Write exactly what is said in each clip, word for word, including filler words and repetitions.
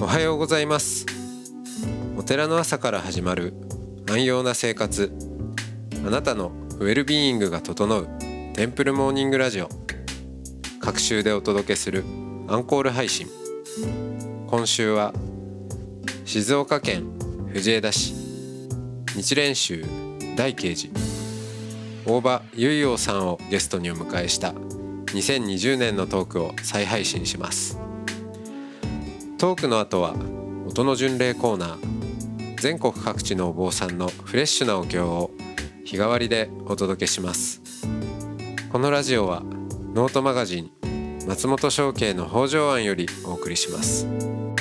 はようございます。お寺の朝から始まる安養な生活、あなたのウェルビーイングが整うテンプルモーニングラジオ、各週でお届けするアンコール配信。今週は静岡県藤枝市日蓮宗大慶寺大場結陽さんをゲストにお迎えしたにせんにじゅうねんのトークを再配信します。トークの後は音の巡礼コーナー、全国各地のお坊さんのフレッシュなお経を日替わりでお届けします。このラジオはノートマガジン松本商家の北条庵よりお送りします。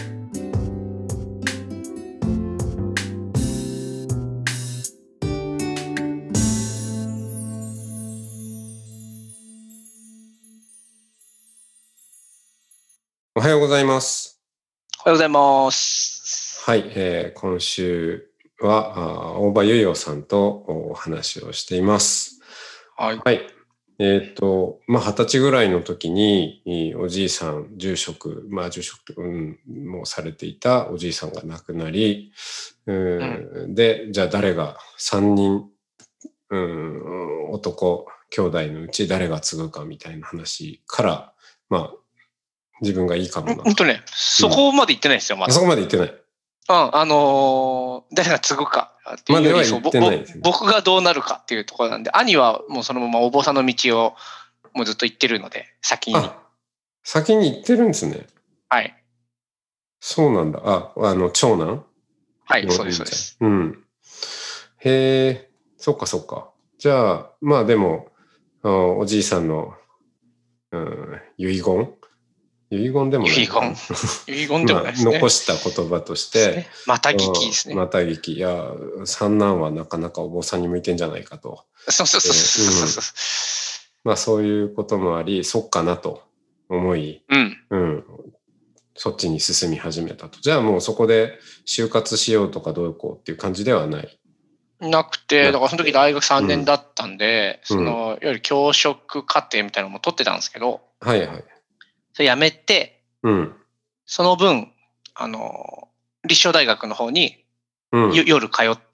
おはようございます。 おはようございます。 はい、えー、今週は大場結陽さんとお話をしています。 はい。 はい、えっと、まあ、二十歳ぐらいの時に、おじいさん、住職、まあ、住職、うん、もされていたおじいさんが亡くなり、うん、うん、で、じゃあ誰がさんにん、うん、男、兄弟のうち誰が継ぐかみたいな話から、まあ、自分がいいかもな。 ほんとね、そこまで言ってないですよ、まだ。 そこまで言ってない。 うん、あのー、誰が継ぐかっていうより、 までは言ってないですね。 僕がどうなるかっていうところなんで、兄はもうそのままお坊さんの道をもうずっと行ってるので、先に。 あ、先に行ってるんですね。 はい。 そうなんだ。あ、あの、長男？ はい、そうです、そうです。 うん。へえ、そっかそっか。じゃあ、まあでも、おじいさんの、うん、遺言遺言でもない。 遺言。遺言でもないですね。 まあ、残した言葉として、 また聞きですね。 また聞き。いや、三男はなかなかお坊さんに向いてんじゃないかと。 そうそうそうそうそう、 うん。まあそういうこともあり、そっかなと思い、 うん。 うん。そっちに進み始めたと。じゃあもうそこで就活しようとかどうこうっていう感じではない。 なくて、だからその時大学さんねんだったんで、 うん、 その、いわゆる教職課程みたいなのも取ってたんですけど、 はいはい。 それやめて、 うん、 その分、あの、立正大学の方に、 うん、 夜通って、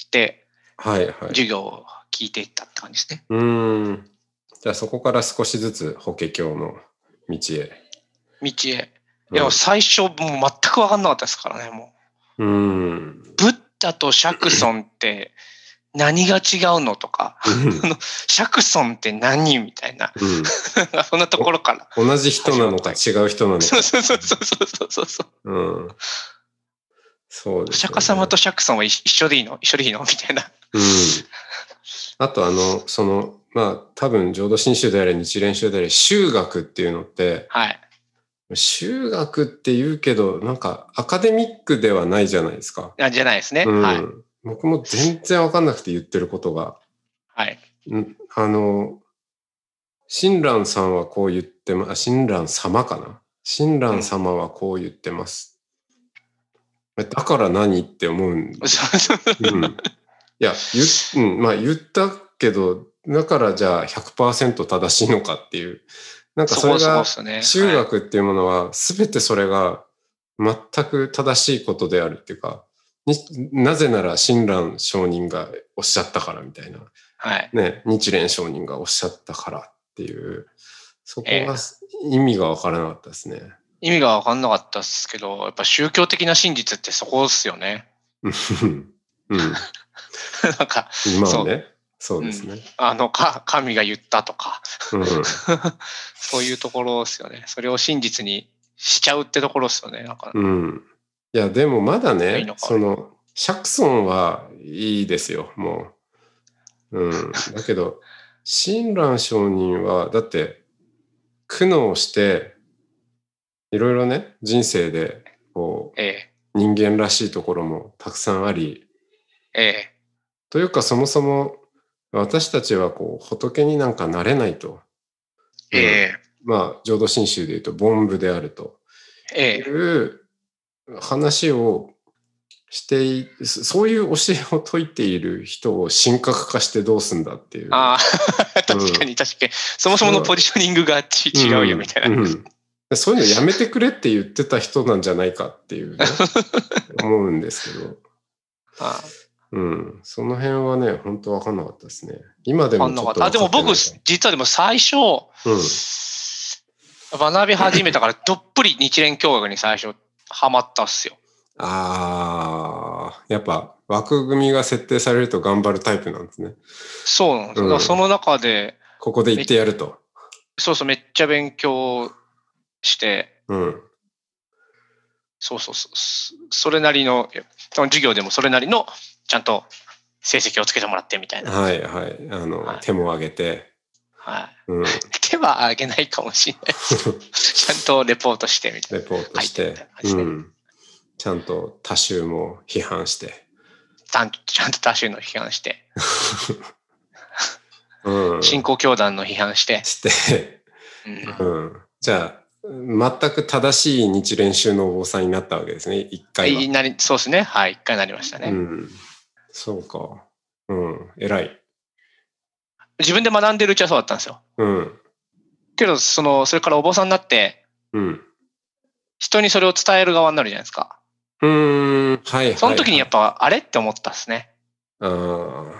はいはい。 授業を聞いていったって感じですね。 うーん。じゃあそこから少しずつ法華経の道へ。 道へ。いや、最初もう全く分かんなかったですからね、もう。うーん。 ブッダと釈尊って何が違うのとか、釈尊って何みたいな、うん、そんなところから。 同じ人なのか違う人なのか。 そうそうそうそうそうそう。 うん。そうですね。 お釈迦様と釈尊は一緒でいいの一緒でいいのみたいな。 うん。あとあの、その、まあ多分浄土真宗であれ日蓮宗であれ宗学っていうのって、 はい。 宗学って言うけど、なんかアカデミックではないじゃないですか。 あ、じゃないですね。 うん、 はい。 僕も全然わかんなくて言ってることが。 はい。 んあの、親鸞さんはこう言ってます。親鸞様かな。親鸞様はこう言ってます。うん、だから何って思うんです。うん、いや、言、うん、まあ言ったけど、だからじゃあ ひゃくパーセント 正しいのかっていう。なんかそれが、宗学っていうものは全てそれが全く正しいことであるっていうか、なぜなら親鸞上人がおっしゃったからみたいな。 はい。 ね、日蓮上人がおっしゃったからっていう、そこが意味がわからなかったですね。えー、 意味がわかんなかったですけど、やっぱ宗教的な真実ってそこですよね。 うん。なんか、まあね。そうですね。うん、 あのか神が言ったとか、うん、そういうところですよね。それを真実にしちゃうってところですよね。なんか、 うん。いやでもまだね、いいその釈尊はいいですよ、もう。うん。だけど親鸞上人はだって苦悩していろいろね人生でこう、ええ、人間らしいところもたくさんあり、 ええ、 というかそもそも私たちはこう仏になんかなれないと、 ええ、 うん、まあ浄土真宗でいうと凡夫であると、ええ、いう話をしてそういう教えを説いている人を神格化してどうすんだっていう。 ああ確かに確かに、うん、そもそものポジショニングがち違うよみたいな、 うんうん、 そういうのやめてくれって言ってた人なんじゃないかっていう、ね、思うんですけど。 ああうん。その辺はね、本当わかんなかったですね。今でもちょっと分かあ、でも僕、 ない実はでも最初、うん、学び始めたからどっぷり日蓮教学に最初ハマったっすよ。 ああ、やっぱ枠組みが設定されると頑張るタイプなんですね。 そうなんですよ。うん、その中で、 ここで言ってやると。 そうそう、めっちゃ勉強して、 うん、 そうそうそう、それなりの、その授業でもそれなりのちゃんと成績をつけてもらってみたいな。 はいはい。あの、はい、手も挙げて。 はい。 うん、 手は挙げないかもしれない。ちゃんとレポートしてみたいな。 レポートして。うん。ちゃんと他州も批判して。 ちゃんと、ちゃんと他州の批判して。 うん、 新興教団の批判して。 して。うん。うん、じゃあ、全く正しい日蓮宗のお坊さんになったわけですね、一回は。 なり、そうですね。はい、一回なりましたね。 うん。そうか。うん。偉い。 自分で学んでるうちはそうだったんですよ。 うん。 けど、その、それからお坊さんになって、 うん。 人にそれを伝える側になるじゃないですか。 うーん。はいはい、はい。 その時にやっぱ、あれって思ったっすね。 ああ。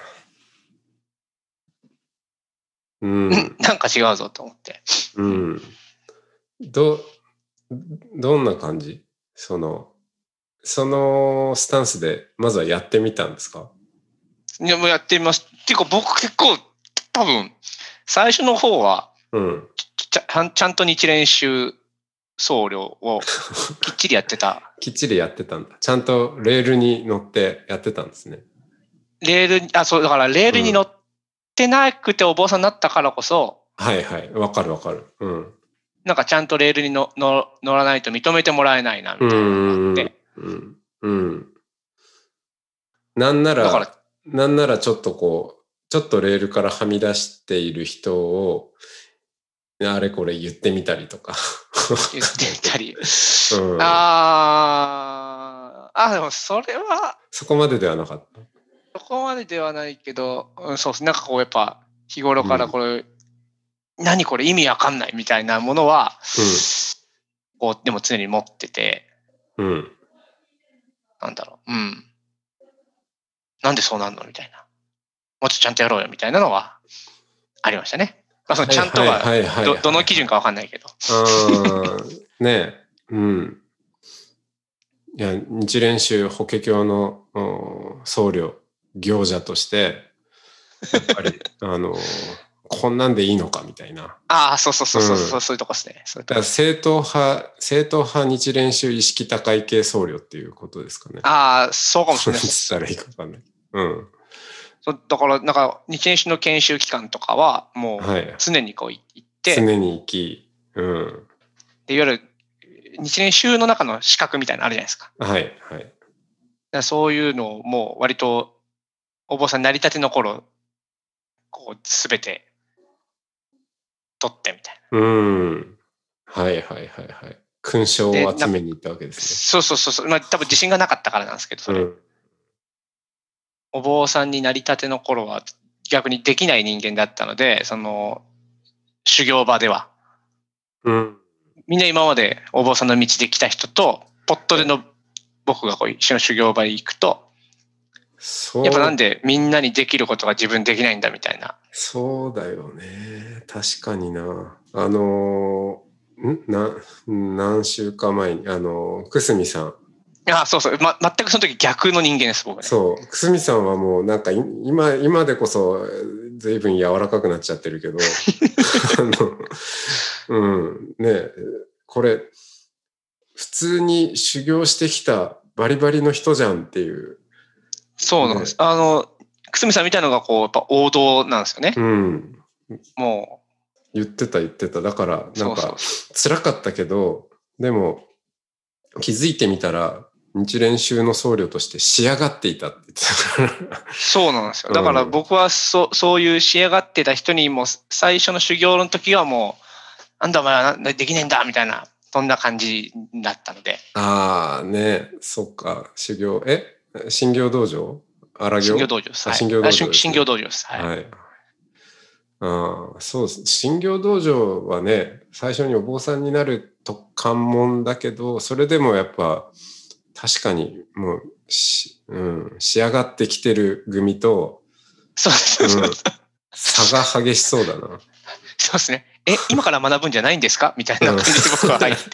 うん。 なんか違うぞと思って。 うん。ど、どんな感じ？その、そのスタンスで、まずはやってみたんですか？ いや、もうやってみます。っていうか僕結構、多分、最初の方は、 うん、 ちゃ、ちゃんと日蓮宗僧侶をきっちりやってた。 きっちりやってたんだ。ちゃんとレールに乗ってやってたんですね。 レール、あ、そう、だからレールに乗ってなくてお坊さんになったからこそ、 うん、はいはい。わかるわかる。うん。 なんかちゃんとレールにのの乗らないと認めてもらえないな、みたいなのがあって。 うん。うん。なんなら、だからなんならちょっとこう、ちょっとレールからはみ出している人を、あれこれ言ってみたりとか。 言ってみたり。 うん、 ああ、でもそれは。 そこまでではなかった。 そこまでではないけど、うん、そうです。なんかこうやっぱ日頃からこれ、うん、何これ意味わかんないみたいなものは、うん、こうでも常に持ってて、 うん、 なんだろう、うん。なんでそうなんのみたいな。もっとちゃんとやろうよみたいなのはありましたね。まあ、そのちゃんとはど、どの基準かわかんないけど。 あねえ、うん。いや、日蓮宗法華経の僧侶、行者として、やっぱり、あの、こんなんでいいのかみたいな。 ああ、そうそうそうそう、うん、そういうとこですね。そういうとこだから正統派、正統派日蓮宗意識高い系僧侶っていうことですかね。 ああ、そうかもしれないです。 つったらいいかわかんない。うん。 だから、なんか、日蓮宗の研修機関とかは、もう、常にこう行って、 はい、常に行き、うん。 で、いわゆる、日蓮宗の中の資格みたいなのあるじゃないですか。 はい、はい。 だそういうのを、もう、割と、お坊さん成り立ての頃、こう、すべて、取ってみたいな。うん。はい、はい、はい、はい。勲章を集めに行ったわけですね。 そうそうそうそう。まあ、多分自信がなかったからなんですけど、それ。うん、お坊さんになりたての頃は逆にできない人間だったので、その修行場では、 うん、 みんな今までお坊さんの道で来た人とポットでの僕がこう一緒の修行場に行くと、やっぱなんでみんなにできることが自分できないんだみたいな。 そうだよね。確かにな。あのんな何週間前にあの久住さん。 あ、そうそう、ま、全くその時逆の人間です僕ね。 そう久住さんはもうなんか今今でこそ随分柔らかくなっちゃってるけどあのうんねこれ普通に修行してきたバリバリの人じゃんっていう。 そうなんです。ね、あの久住さんみたいなのがこうやっぱ王道なんですよね。 うん。 もう言ってた言ってた。だからなんか辛かったけど、でも気づいてみたら日蓮宗の僧侶として仕上がっていたって言ってたから。 そうなんですよ。だから僕はそ、そういう仕上がってた人にも最初の修行の時はもうなんだお前はできねえんだみたいなそんな感じだったので。 ああね、そっか修行え信行道場荒行信行道場です。 信行道場です、ね。 信行道場です。はい。 はい、 ああ、そうです。診療道場はね、最初にお坊さんになると関門だけど、それでもやっぱ確かにもうし、うん、仕上がってきてる組と、 そうそうそう、うん、 差が激しそうだな。 そうですね。え、今から学ぶんじゃないんですかみたいな感じで僕は入って。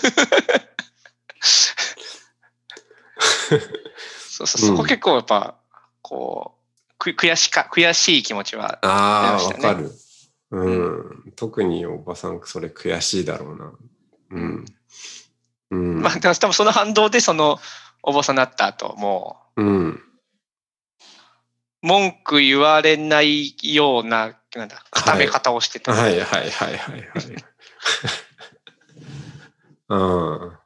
そうそう、そこ結構やっぱ、こう、く悔しか、悔しい気持ちはありましたね。 ああ、わかる。うん、うん。特におばさん、それ悔しいだろうな。うん。 うん。まあ、多分その反動で、その、お坊さんになった後、もう、うん。文句言われないような、なんだ、固め方をしてた。 はい、はい、はい、はい、はい。あ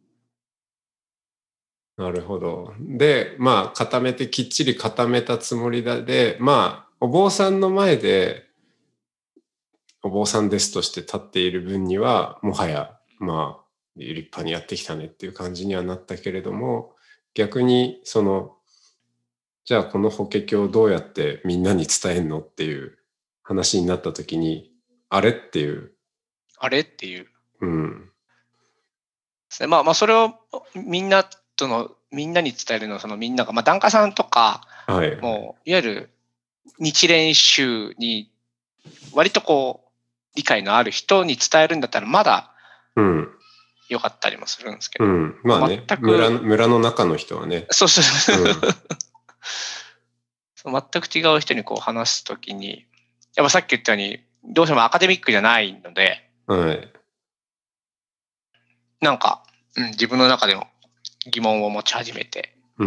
あ。なるほど。で、まあ、固めて、きっちり固めたつもりだで、まあ、お坊さんの前で、お坊さんですとして立っている分には、もはや、まあ、立派にやってきたねっていう感じにはなったけれども、逆に、その、じゃあこの法華経をどうやってみんなに伝えんのっていう話になった時に、あれっていう。 あれっていう。 うん。 まあまあ、それをみんなとの、みんなに伝えるのは、そのみんなが、まあ、檀家さんとか、はい、もう、いわゆる日蓮宗に割とこう、理解のある人に伝えるんだったら、まだ、良かったりもするんですけど。うん。 まあね、全く村、村の中の人はね。 そうそうそう。うん全く違う人にこう話すときに、やっぱさっき言ったように、どうしてもアカデミックじゃないので、はい、なんか、うん、自分の中でも疑問を持ち始めて。うん。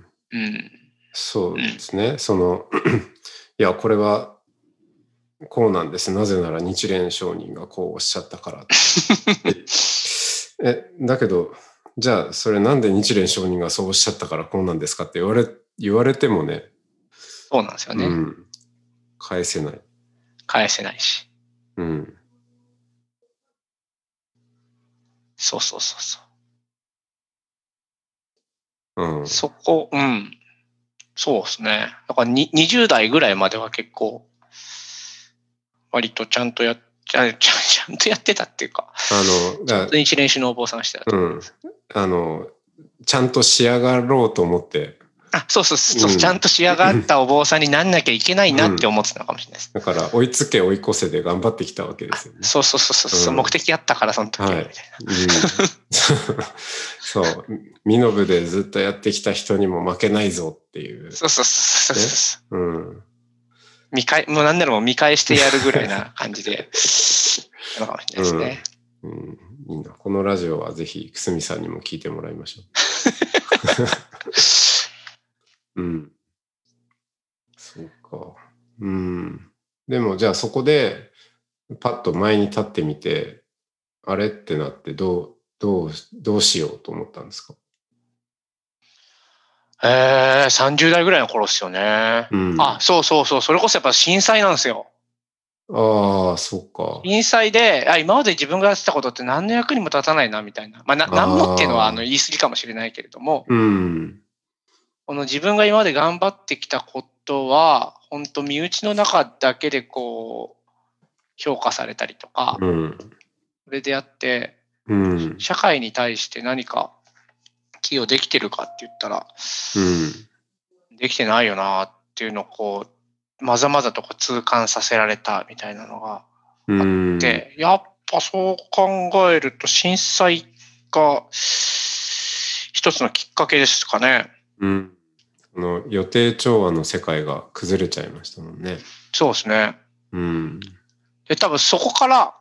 うん、そうですね。うん、その、いや、これは、こうなんです。なぜなら日蓮上人がこうおっしゃったから。え、だけど、じゃあ、それなんで日蓮上人がそうおっしゃったからこうなんですかって言われ、言われてもね。 そうなんですよね。うん。 返せない。 返せないし。うん。そうそうそうそう。うん。そこ、うん。そうですね。だからににじゅう代ぐらいまでは結構、割とちゃんとやっちゃ、ちゃんとやってたっていうか、あの、ちゃんと日蓮宗のお坊さんしてたと思います。 うん。あの、ちゃんと仕上がろうと思って。 あ、そうそうそう、うん、ちゃんと仕上がったお坊さんになんなきゃいけないなって思ってたのかもしれないです。 うん、だから追いつけ追い越せで頑張ってきたわけですよね。 そうそうそうそう、うん、目的あったからその時は、はい、みたいな。 うん、そう、身の部でずっとやってきた人にも負けないぞっていう。 そうそうそうそう、ね、うん。見返、もう何ならもう見返してやるぐらいな感じで、やるのかもしれないですね。 うん、うん、いいな。このラジオはぜひ、くすみさんにも聞いてもらいましょう。うん。そうか。うん。でも、じゃあそこで、パッと前に立ってみて、あれってなって、どう、どう、どうしようと思ったんですか？ えー、さんじゅう代ぐらいの頃ですよね。うん、あ、そうそうそう。それこそやっぱ震災なんですよ。 ああ、そっか。 震災で、あ、今まで自分がやってたことって何の役にも立たないな、みたいな。まあ、な何もっていうのはあの言い過ぎかもしれないけれども、うん、この自分が今まで頑張ってきたことは、本当身内の中だけでこう、評価されたりとか、うん、それであって、うん、社会に対して何か寄与できてるかって言ったら、うん、できてないよなっていうのをこう、まざまざとこう痛感させられたみたいなのがあって、うん、やっぱそう考えると震災が一つのきっかけですかね。 うん、この予定調和の世界が崩れちゃいましたもんね。 そうですね。うん、で多分そこから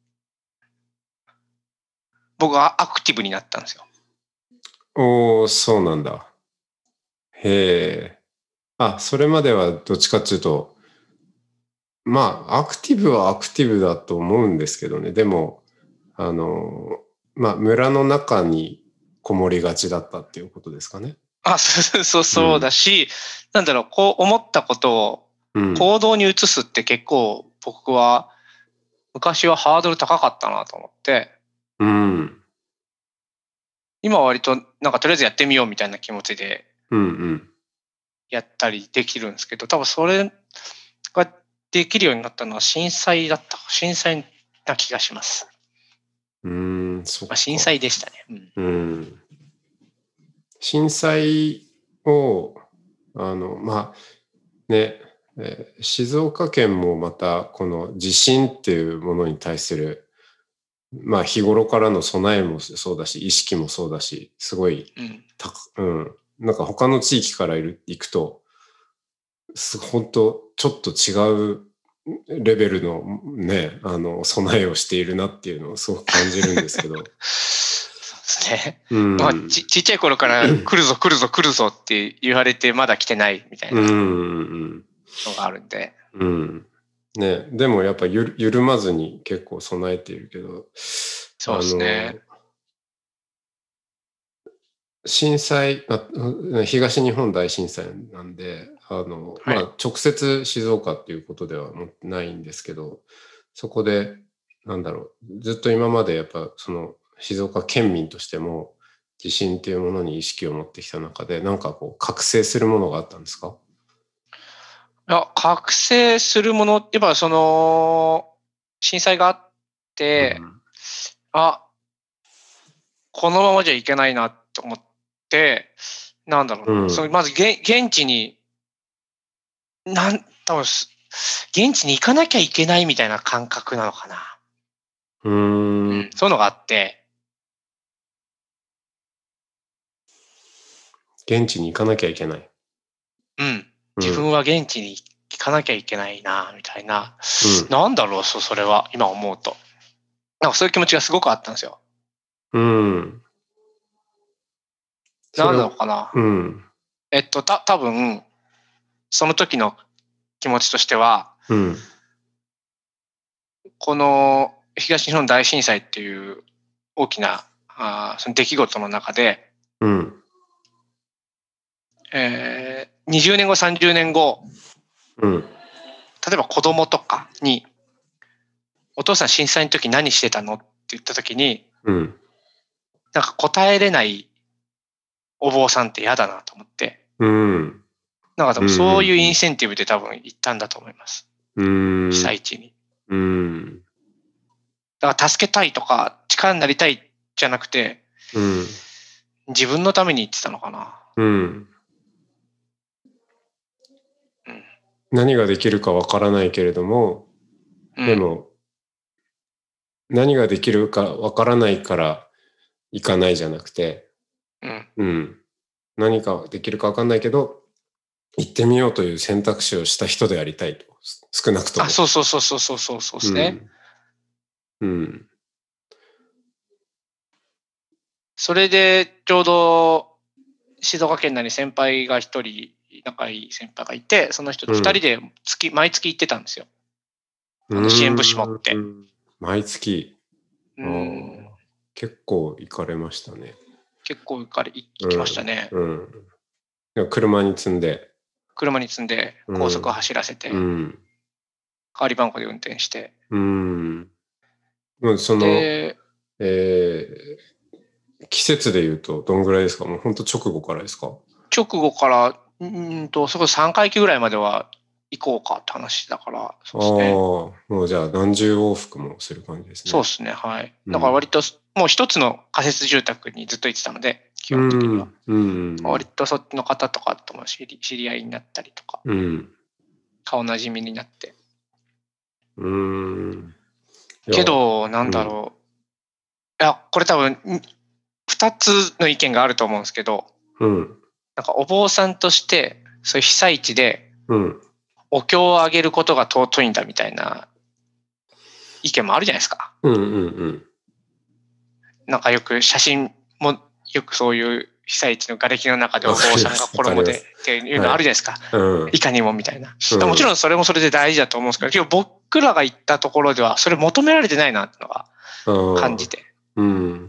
僕はアクティブになったんですよ。 おー、そうなんだ。へえ。あ、それまではどっちかっていうと、まあ、アクティブはアクティブだと思うんですけどね。でも、あの、まあ、村の中にこもりがちだったっていうことですかね。 あ、そうそうそうだし、うん、なんだろう、こう思ったことを行動に移すって結構僕は昔はハードル高かったなと思って、うん、今は割となんかとりあえずやってみようみたいな気持ちでやったりできるんですけど、多分それができるようになったのは震災だった。震災な気がします。 うーん、そっか。 まあ、震災でしたね。 うん。うん、震災を、あの、まあ、ね、えー、静岡県もまたこの地震っていうものに対する、まあ日頃からの備えもそうだし、意識もそうだし、すごい、た、うん、うん、なんか他の地域からいる行くと、本当ちょっと違うレベルのね、あの、備えをしているなっていうのをすごく感じるんですけど。 そうですね。 うん、 まあち、ちっちゃい頃から来るぞ来るぞ来るぞって言われてまだ来てないみたいなのがあるんで。 うん、うん。ね、でもやっぱゆる緩まずに結構備えているけど、 そうですね。 震災、東日本大震災なんで、あの、はい、まあ、直接静岡っていうことではないんですけど、そこで、なんだろう、ずっと今までやっぱその静岡県民としても地震っていうものに意識を持ってきた中で、なんかこう覚醒するものがあったんですか？ いや、覚醒するもの、やっぱその、震災があって、うん、あ、このままじゃいけないなと思って、なんだろうな、うん、そのまず現地に、なん、多分、現地に行かなきゃいけないみたいな感覚なのかな。 うーん、うん、 そういうのがあって。 現地に行かなきゃいけない。 うん。自分は現地に行かなきゃいけないな、みたいな。うん、なんだろう、そ、それは、今思うと。なんかそういう気持ちがすごくあったんですよ。 うん。 なんだろうかな。 うん。 えっと、た、多分その時の気持ちとしては、 うん、 この東日本大震災っていう大きなあその出来事の中で、 うん、 えー、にじゅうねんご、さんじゅうねんご、 うん、 例えば子供とかに、お父さん震災の時何してたのって言った時に、 うん、 なんか答えれないお坊さんって嫌だなと思って、 うん、 なんか多分そういうインセンティブで多分行ったんだと思います。 うん、 被災地に。 うん、 だから助けたいとか力になりたいじゃなくて、 うん、 自分のために言ってたのかな。 うん。うん、何ができるかわからないけれども、うん、でも何ができるかわからないから行かないじゃなくて、 うん、 うん、何かできるかわかんないけど行ってみようという選択肢をした人でありたいと、少なくとも。 あ、そうそうそうそうそうそうそうですね。 うん。うん、 それでちょうど静岡県内に先輩が一人仲いい先輩がいて、その人と二人で月、うん、毎月行ってたんですよ。あの支援物資持って。 毎月。 うん、 結構行かれましたね。 結構行かれ行きましたね。 うんうん、車に積んで。 車に積んで高速走らせて、うん、代わり番号で運転して。 うん。その、えー、季節で言うとどんぐらいですか？もう本当直後からですか？ 直後から、うんと、そこさんかいきぐらいまでは行こうかって話だから、 そうですね。ああ、もうじゃあ何十往復もする感じですね。 そうですね、はい。だから割と、もう一つの仮設住宅にずっと行ってたので、基本的には。うんうん、割とそっちの方とかとも知り、知り合いになったりとか、うん、顔なじみになって。 うん。 けど、なんだろう。うん、いや、これ多分、二つの意見があると思うんですけど、 うん、 なんかお坊さんとして、そういう被災地で、 うん、 お経をあげることが尊いんだみたいな意見もあるじゃないですか。 うんうんうん。 なんかよく写真も、よくそういう被災地の瓦礫の中でお坊さんが衣でっていうのあるじゃないですか。はい、うん、いかにもみたいな。うん、もちろんそれもそれで大事だと思うんですけど、今日僕らが行ったところではそれ求められてないなっていうのが感じて。 うん、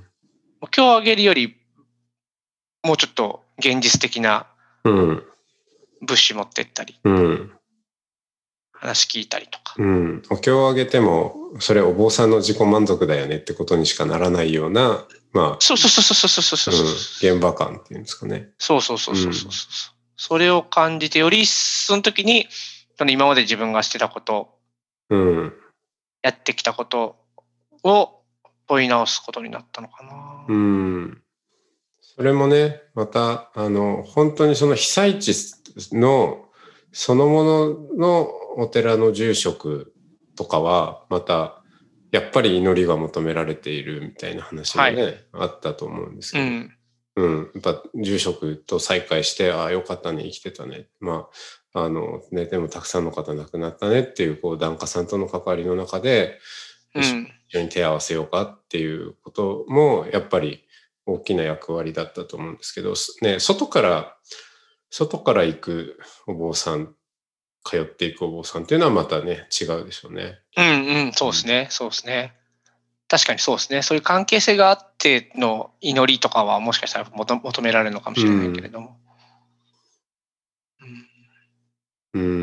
お経をあげるより、もうちょっと現実的な物資持ってったり。 うん話聞いたりとか、 うん、お経をあげてもそれお坊さんの自己満足だよねってことにしかならないような、まあ、 そうそうそうそうそうそうそう、うん、 現場感っていうんですかね。 そうそうそうそうそうそう、うん、それを感じてよりその時にその今まで自分がしてたことうん、 やってきたことを問い直すことになったのかな。 うん。それもね、また、あの、本当にその被災地のそのもののお寺の住職とかは、また、やっぱり祈りが求められているみたいな話もね、はい、あったと思うんですけど、うん、うん、やっぱ住職と再会して、ああ、よかったね、生きてたね。まあ、あの、ね、でもたくさんの方亡くなったねっていう、こう、檀家さんとの関わりの中で、一緒に手を合わせようかっていうことも、やっぱり大きな役割だったと思うんですけど、ね、外から、外から行くお坊さん、通っていくお坊さんっていうのはまたね、違うでしょうね。 うんうん、そうですね、うん、そうですね。確かにそうですね。そういう関係性があっての祈りとかはもしかしたら求求められるのかもしれないけれども。 うん。うん、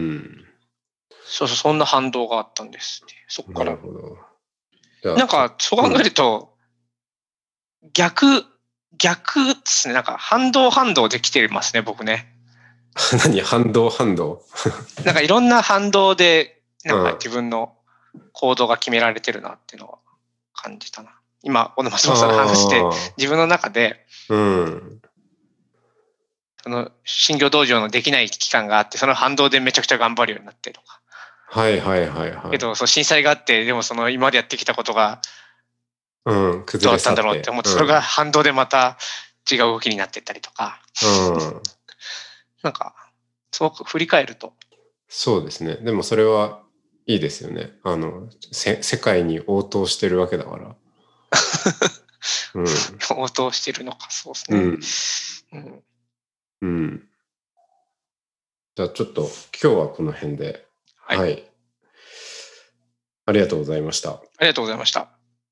そうそう、そんな反動があったんですって。そっから。 なるほど。 なんか、そう考えると、うん、逆、逆ですね。なんか、反動反動できてますね、僕ね。 何反動反動なんかいろんな反動で、なんか自分の行動が決められてるなっていうのは感じたな。今、小野松本さんの話で、自分の中で、 うん、 その、新業道場のできない期間があって、その反動でめちゃくちゃ頑張るようになってとか。 はいはいはいはい。 けど、そう震災があって、でもその今までやってきたことが、 うん、 どうだったんだろうって思って、それが反動でまた違う動きになっていったりとか。うん、なんか、すごく振り返ると。 そうですね。でもそれはいいですよね。あの、せ世界に応答してるわけだから。 うん、応答してるのか、そうですね。うん。うんうん。じゃあちょっと今日はこの辺で。はい。はい。ありがとうございました。ありがとうございました。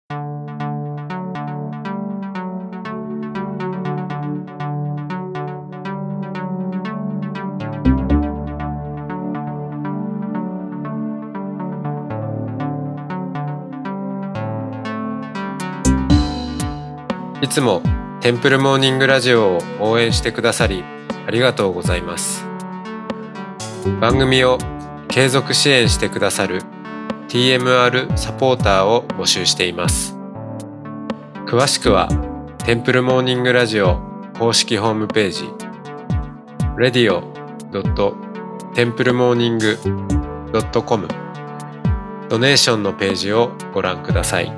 いつもテンプルモーニングラジオを応援してくださりありがとうございます。番組を継続支援してくださる ティーエムアール サポーターを募集しています。詳しくはテンプルモーニングラジオ公式ホームページ レディオ ドット テンプルモーニング ドット コム ドネーションのページをご覧ください。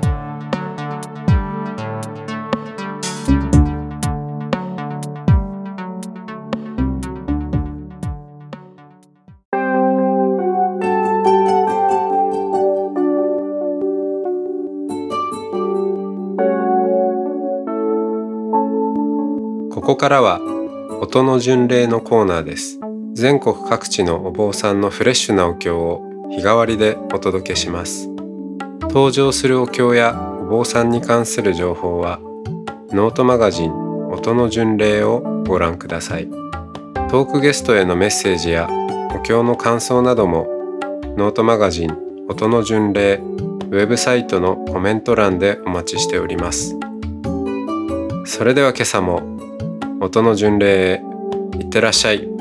ここからは音の巡礼のコーナーです。全国各地のお坊さんのフレッシュなお経を日替わりでお届けします。登場するお経やお坊さんに関する情報はノートマガジン音の巡礼をご覧ください。トークゲストへのメッセージやお経の感想などもノートマガジン音の巡礼ウェブサイトのコメント欄でお待ちしております。それでは今朝も音の巡礼へいってらっしゃい。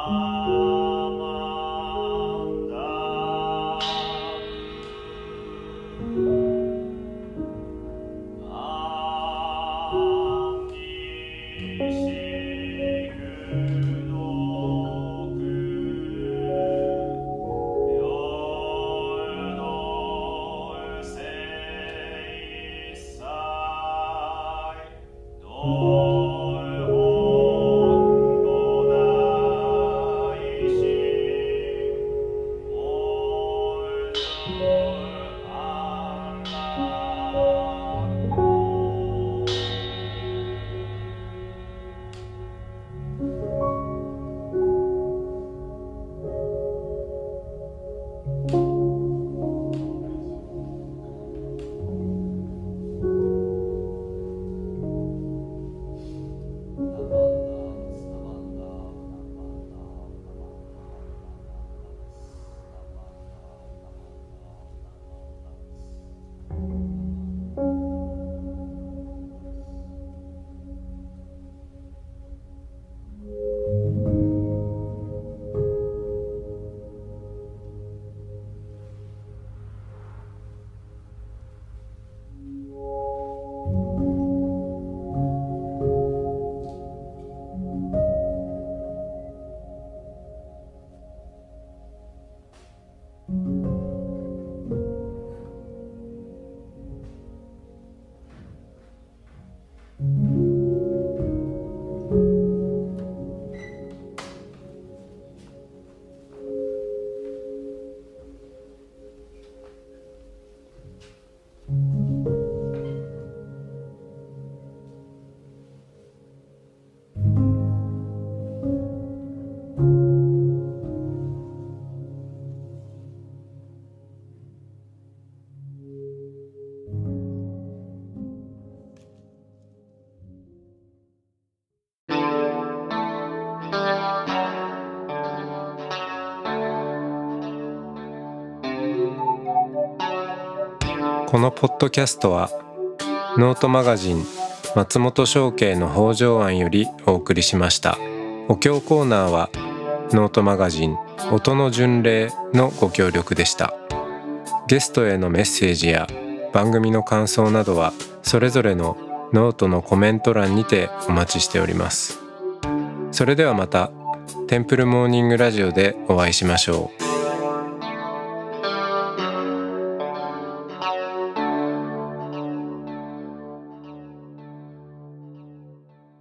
このポッドキャストはノートマガジン松本商家の北条庵よりお送りしました。お経コーナーはノートマガジン音の巡礼のご協力でした。ゲストへのメッセージや番組の感想などはそれぞれのノートのコメント欄にてお待ちしております。それではまたテンプルモーニングラジオでお会いしましょう。